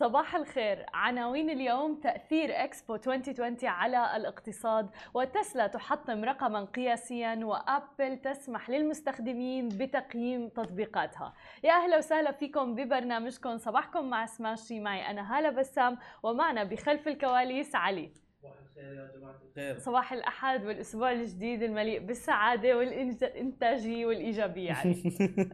صباح الخير. عناوين اليوم: تأثير إكسبو 2020 على الاقتصاد، وتسلا تحطم رقما قياسيا، وأبل تسمح للمستخدمين بتقييم تطبيقاتها. يا أهلا وسهلا فيكم ببرنامجكم صباحكم مع سماشي. معي أنا هالة بسام، ومعنا بخلف الكواليس علي. صباح الخير يا جماعة الخير. صباح الأحد والأسبوع الجديد المليء بالسعادة والإنتاجية والإيجابية علي.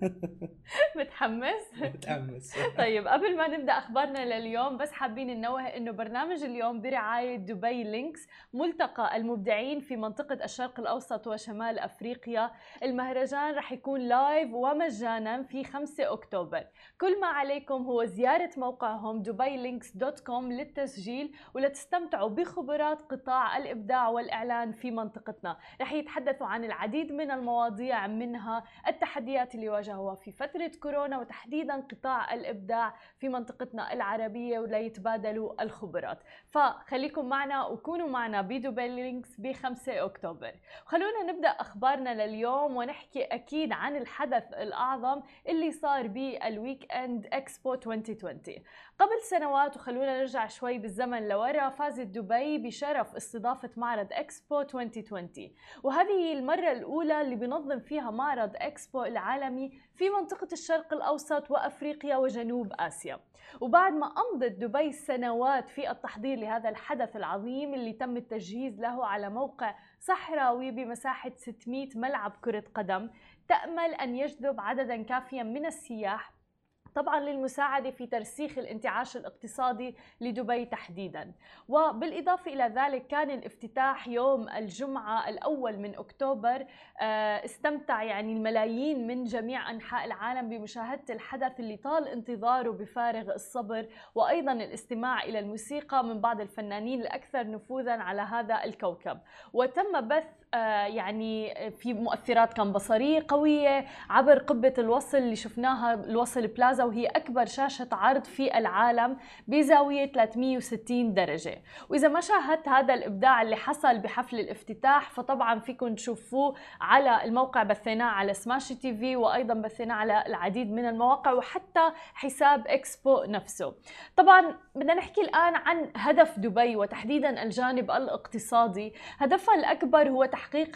متحمس؟ متحمس. طيب، قبل ما نبدأ أخبارنا لليوم بس حابين ننوه إنه برنامج اليوم برعاية دبي لينكس، ملتقى المبدعين في منطقة الشرق الأوسط وشمال أفريقيا. المهرجان رح يكون لايف ومجانا في 5 أكتوبر. كل ما عليكم هو زيارة موقعهم dubai-links.com للتسجيل ولتستمتعوا بخبرات قطاع الإبداع والإعلان في منطقتنا. رح يتحدثوا عن العديد من المواضيع، منها التحديات اللي واجهوها في فترة كورونا، وتحديدا قطاع الإبداع في منطقتنا العربية، وليتبادلوا الخبرات. فخليكم معنا وكونوا معنا بدبي لينكس ب5 أكتوبر. خلونا نبدأ أخبارنا لليوم ونحكي أكيد عن الحدث الأعظم اللي صار بالويك اند إكسبو 2020 قبل سنوات. وخلونا نرجع شوي بالزمن لورا. فازت دبي بشرف استضافة معرض إكسبو 2020، وهذه هي المرة الأولى اللي بنظم فيها معرض إكسبو العالمي في منطقة الشرق الأوسط وأفريقيا وجنوب آسيا. وبعد ما أمضت دبي سنوات في التحضير لهذا الحدث العظيم اللي تم التجهيز له على موقع صحراوي بمساحة 600 ملعب كرة قدم، تأمل أن يجذب عددا كافيا من السياح، طبعا للمساعدة في ترسيخ الانتعاش الاقتصادي لدبي تحديدا. وبالإضافة إلى ذلك كان الافتتاح يوم الجمعة الأول من أكتوبر. استمتع يعني الملايين من جميع أنحاء العالم بمشاهدة الحدث اللي طال انتظاره بفارغ الصبر، وأيضا الاستماع إلى الموسيقى من بعض الفنانين الأكثر نفوذا على هذا الكوكب. وتم بث يعني في مؤثرات كان بصرية قوية عبر قبة الوصل اللي شفناها، الوصل بلازا، وهي أكبر شاشة عرض في العالم بزاوية 360 درجة. وإذا ما شاهدت هذا الإبداع اللي حصل بحفل الافتتاح فطبعا فيكم تشوفوه على الموقع، بثيناه على سماشي تي في، وأيضا بثيناه على العديد من المواقع وحتى حساب إكسبو نفسه. طبعا بدنا نحكي الآن عن هدف دبي وتحديدا الجانب الاقتصادي. هدفها الأكبر هو تحقيق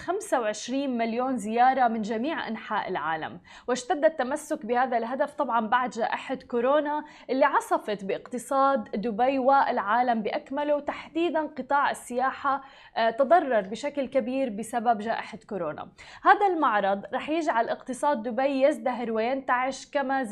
25 مليون زيارة من جميع أنحاء العالم، واشتد التمسك بهذا الهدف طبعا بعد جائحة كورونا اللي عصفت باقتصاد دبي والعالم بأكمله، وتحديدا قطاع السياحة تضرر بشكل كبير بسبب جائحة كورونا. هذا المعرض رح يجعل اقتصاد دبي يزدهر وينتعش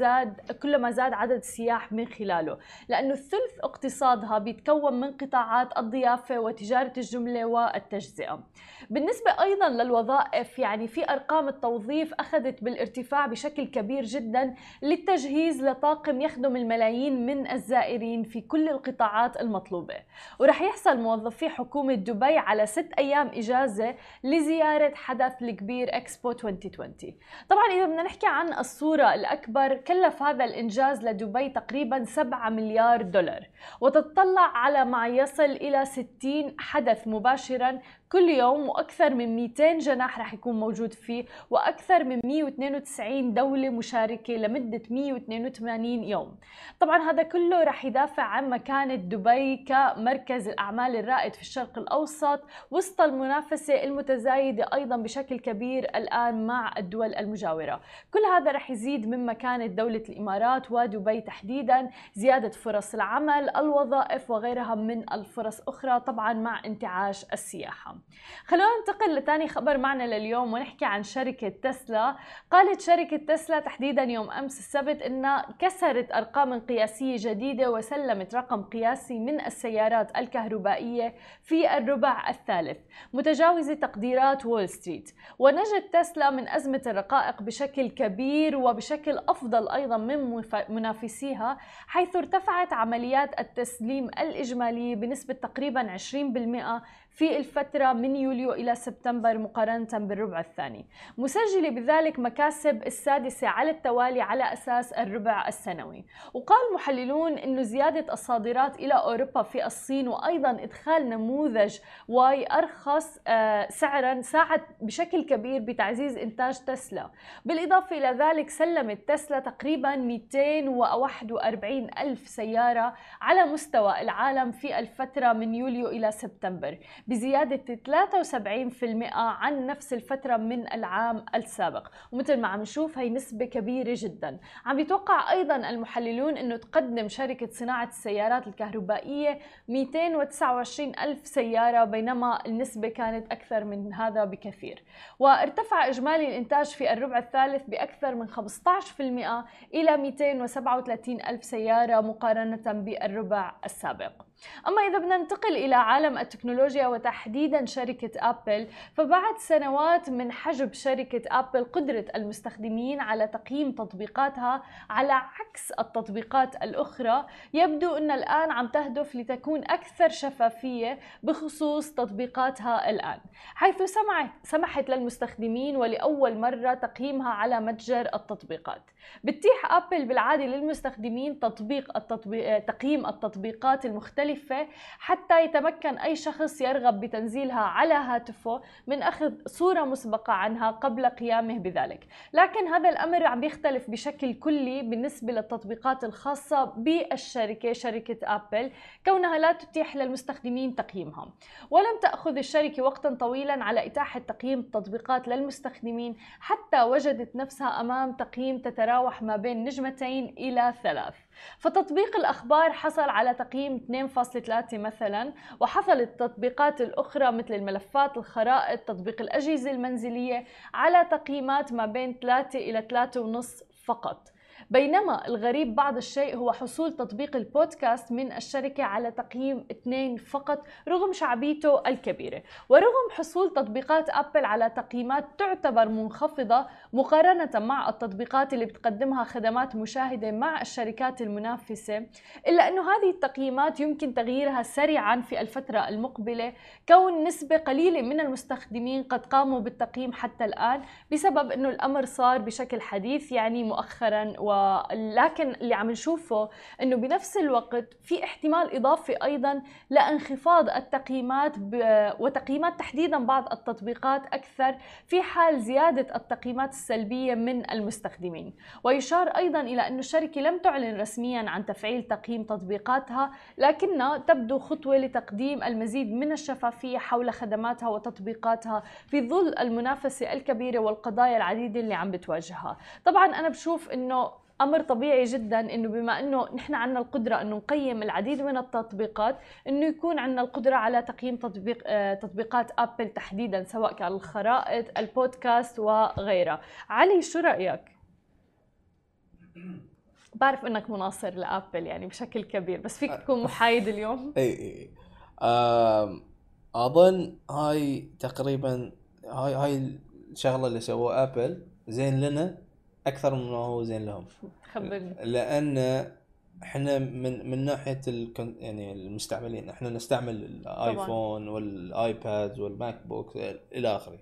كلما زاد عدد السياح من خلاله، لأنه ثلث اقتصادها بيتكون من قطاعات الضيافة وتجارة الجملة والتجزئة. بالنسبة أيضا للوظائف، يعني في أرقام التوظيف أخذت بالارتفاع بشكل كبير جدا للتجهيز لطاقم يخدم الملايين من الزائرين في كل القطاعات المطلوبة. ورح يحصل موظفي حكومة دبي على 6 أيام إجازة لزيارة حدث الكبير إكسبو 2020. طبعا إذا بدنا نحكي عن الصورة الأكبر، كلف هذا الإنجاز لدبي تقريبا 7 مليار دولار، وتتطلع على ما يصل إلى 60 حدث مباشرا كل يوم، وأكثر من 200 جناح رح يكون موجود فيه، وأكثر من 192 دولة مشاركة لمدة 182 يوم. طبعا هذا كله رح يدافع عن مكانة دبي كمركز الأعمال الرائد في الشرق الأوسط وسط المنافسة المتزايدة أيضا بشكل كبير الآن مع الدول المجاورة. كل هذا رح يزيد من مكانة دولة الإمارات ودبي تحديدا، زيادة فرص العمل، الوظائف وغيرها من الفرص أخرى، طبعا مع انتعاش السياحة. خلونا ننتقل لثاني خبر معنا لليوم ونحكي عن شركة تسلا. قالت شركة تسلا تحديدا يوم أمس السبت أنها كسرت أرقام قياسية جديدة وسلمت رقم قياسي من السيارات الكهربائية في الربع الثالث، متجاوزة تقديرات وول ستريت. ونجت تسلا من أزمة الرقائق بشكل كبير وبشكل أفضل أيضا من منافسيها، حيث ارتفعت عمليات التسليم الإجمالية بنسبة تقريبا 20% في الفترة من يوليو إلى سبتمبر مقارنة بالربع الثاني، مسجلة بذلك مكاسب السادسة على التوالي على أساس الربع السنوي. وقال محللون أنه زيادة الصادرات إلى أوروبا في الصين وأيضا إدخال نموذج واي أرخص سعرا ساعد بشكل كبير بتعزيز إنتاج تسلا. بالإضافة إلى ذلك سلمت تسلا تقريبا 241 ألف سيارة على مستوى العالم في الفترة من يوليو إلى سبتمبر، بزيادة 73% عن نفس الفترة من العام السابق. ومثل ما عم نشوف هي نسبة كبيرة جدا. عم يتوقع أيضا المحللون أنه تقدم شركة صناعة السيارات الكهربائية 229 ألف سيارة، بينما النسبة كانت أكثر من هذا بكثير. وارتفع إجمالي الإنتاج في الربع الثالث بأكثر من 15% إلى 237 ألف سيارة مقارنة بالربع السابق. أما إذا بدنا ننتقل إلى عالم التكنولوجيا وتحديدا شركة أبل، فبعد سنوات من حجب شركة أبل قدرة المستخدمين على تقييم تطبيقاتها على عكس التطبيقات الأخرى، يبدو أن الآن عم تهدف لتكون أكثر شفافية بخصوص تطبيقاتها الآن، حيث سمحت للمستخدمين ولأول مرة تقييمها على متجر التطبيقات. بتتيح أبل بالعادة للمستخدمين تقييم التطبيقات المختلفة حتى يتمكن أي شخص يرغب بتنزيلها على هاتفه من أخذ صورة مسبقة عنها قبل قيامه بذلك. لكن هذا الأمر عم بيختلف بشكل كلي بالنسبة للتطبيقات الخاصة بالشركة شركة أبل، كونها لا تتيح للمستخدمين تقييمها. ولم تأخذ الشركة وقتا طويلا على إتاحة تقييم التطبيقات للمستخدمين حتى وجدت نفسها أمام تقييم تتراوح ما بين 2 إلى 3. فتطبيق الأخبار حصل على تقييم 2.3 مثلا، وحصلت التطبيقات الأخرى مثل الملفات، الخرائط، تطبيق الأجهزة المنزلية على تقييمات ما بين 3 إلى 3.5 فقط. بينما الغريب بعض الشيء هو حصول تطبيق البودكاست من الشركة على تقييم 2 فقط رغم شعبيته الكبيرة، ورغم حصول تطبيقات أبل على تقييمات تعتبر منخفضة مقارنة مع التطبيقات اللي بتقدمها خدمات مشاهدة مع الشركات المنافسة، إلا أنه هذه التقييمات يمكن تغييرها سريعا في الفترة المقبلة، كون نسبة قليلة من المستخدمين قد قاموا بالتقييم حتى الآن بسبب أنه الأمر صار بشكل حديث يعني مؤخرا. ولكن اللي عم نشوفه انه بنفس الوقت في احتمال اضافي ايضا لانخفاض التقييمات وتقييمات تحديدا بعض التطبيقات اكثر في حال زياده التقييمات السلبيه من المستخدمين. ويشار ايضا الى انه الشركه لم تعلن رسميا عن تفعيل تقييم تطبيقاتها، لكنها تبدو خطوه لتقديم المزيد من الشفافيه حول خدماتها وتطبيقاتها في ظل المنافسه الكبيره والقضايا العديده اللي عم بتواجهها. طبعا انا بشوف انه أمر طبيعي جدا إنه بما إنه نحن عنا القدرة إنه نقيم العديد من التطبيقات، إنه يكون عنا القدرة على تقييم تطبيقات أبل تحديدا، سواء كان الخرائط، البودكاست وغيرها. علي شو رأيك؟ بعرف إنك مناصر لأبل يعني بشكل كبير، بس فيك تكون محايد اليوم؟ اي اظن هاي تقريبا هاي الشغله اللي سووها ابل زين لنا اكثر من ما هو زين لهم. خبرني. لان احنا من ناحيه يعني المستعملين احنا نستعمل الايفون والايباد والماك بوك الى اخره.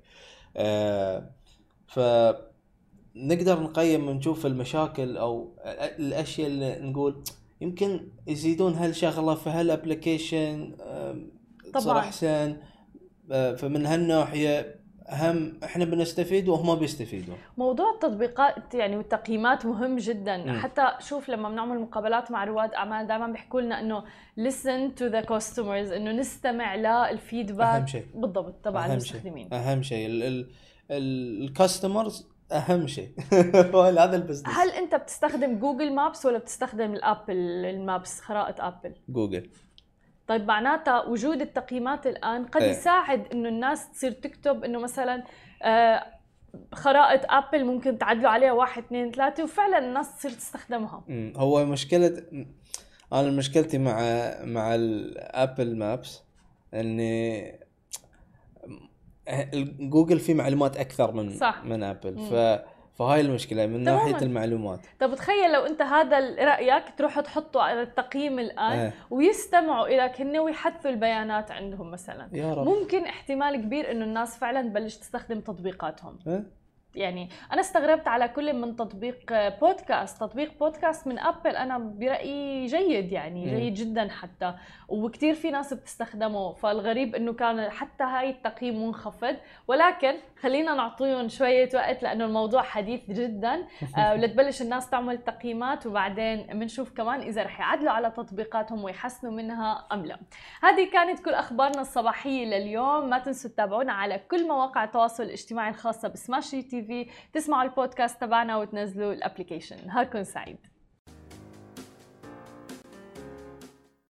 فنقدر نقيم ونشوف المشاكل او الاشياء اللي نقول يمكن يزيدون هالشغله في هالابلكيشن صار احسن. فمن هالناحيه هم احنا بنستفيد وهم بيستفيدون. موضوع التطبيقات يعني والتقييمات مهم جدا. حتى شوف لما بنعمل مقابلات مع رواد اعمال دائما بيحكوا لنا انه listen to the customers، انه نستمع للفيدباك. اهم شيء بالضبط تبع المستخدمين. اهم شيء الكاستمرز اهم شيء. هذا البزنس. هل انت بتستخدم جوجل مابس ولا بتستخدم الابل المابس، خرائط ابل؟ جوجل. طيب معناتها وجود التقييمات الآن قد يساعد إنه الناس تصير تكتب إنه مثلاً خرائط أبل ممكن تعدلوا عليها 1 2 3 وفعلاً الناس تصير تستخدمها. هو أنا مشكلتي مع الأبل مابس إني جوجل فيه معلومات أكثر من أبل. فهاي المشكله من ناحيه المعلومات. طب تخيل لو انت هذا رايك تروح تحطه على التقييم الان ويستمعوا لك هن ويحدثوا البيانات عندهم مثلا، يا رب. ممكن احتمال كبير انه الناس فعلا تبلش تستخدم تطبيقاتهم. يعني أنا استغربت على كل من تطبيق بودكاست من أبل، أنا برأيي جيد يعني جيد جدا حتى، وكتير في ناس بتستخدمه. فالغريب إنه كان حتى هاي التقييم منخفض، ولكن خلينا نعطيهم شوية وقت لأنه الموضوع حديث جدا ولتبلش الناس تعمل تقييمات، وبعدين بنشوف كمان إذا رح يعدلوا على تطبيقاتهم ويحسنوا منها أم لا. هذه كانت كل أخبارنا الصباحية لليوم. ما تنسوا تتابعونا على كل مواقع التواصل الاجتماعي الخاصة بسماشي TV، تسمعوا البودكاست تبعنا وتنزلوا الابليكيشن. نهاركم سعيد.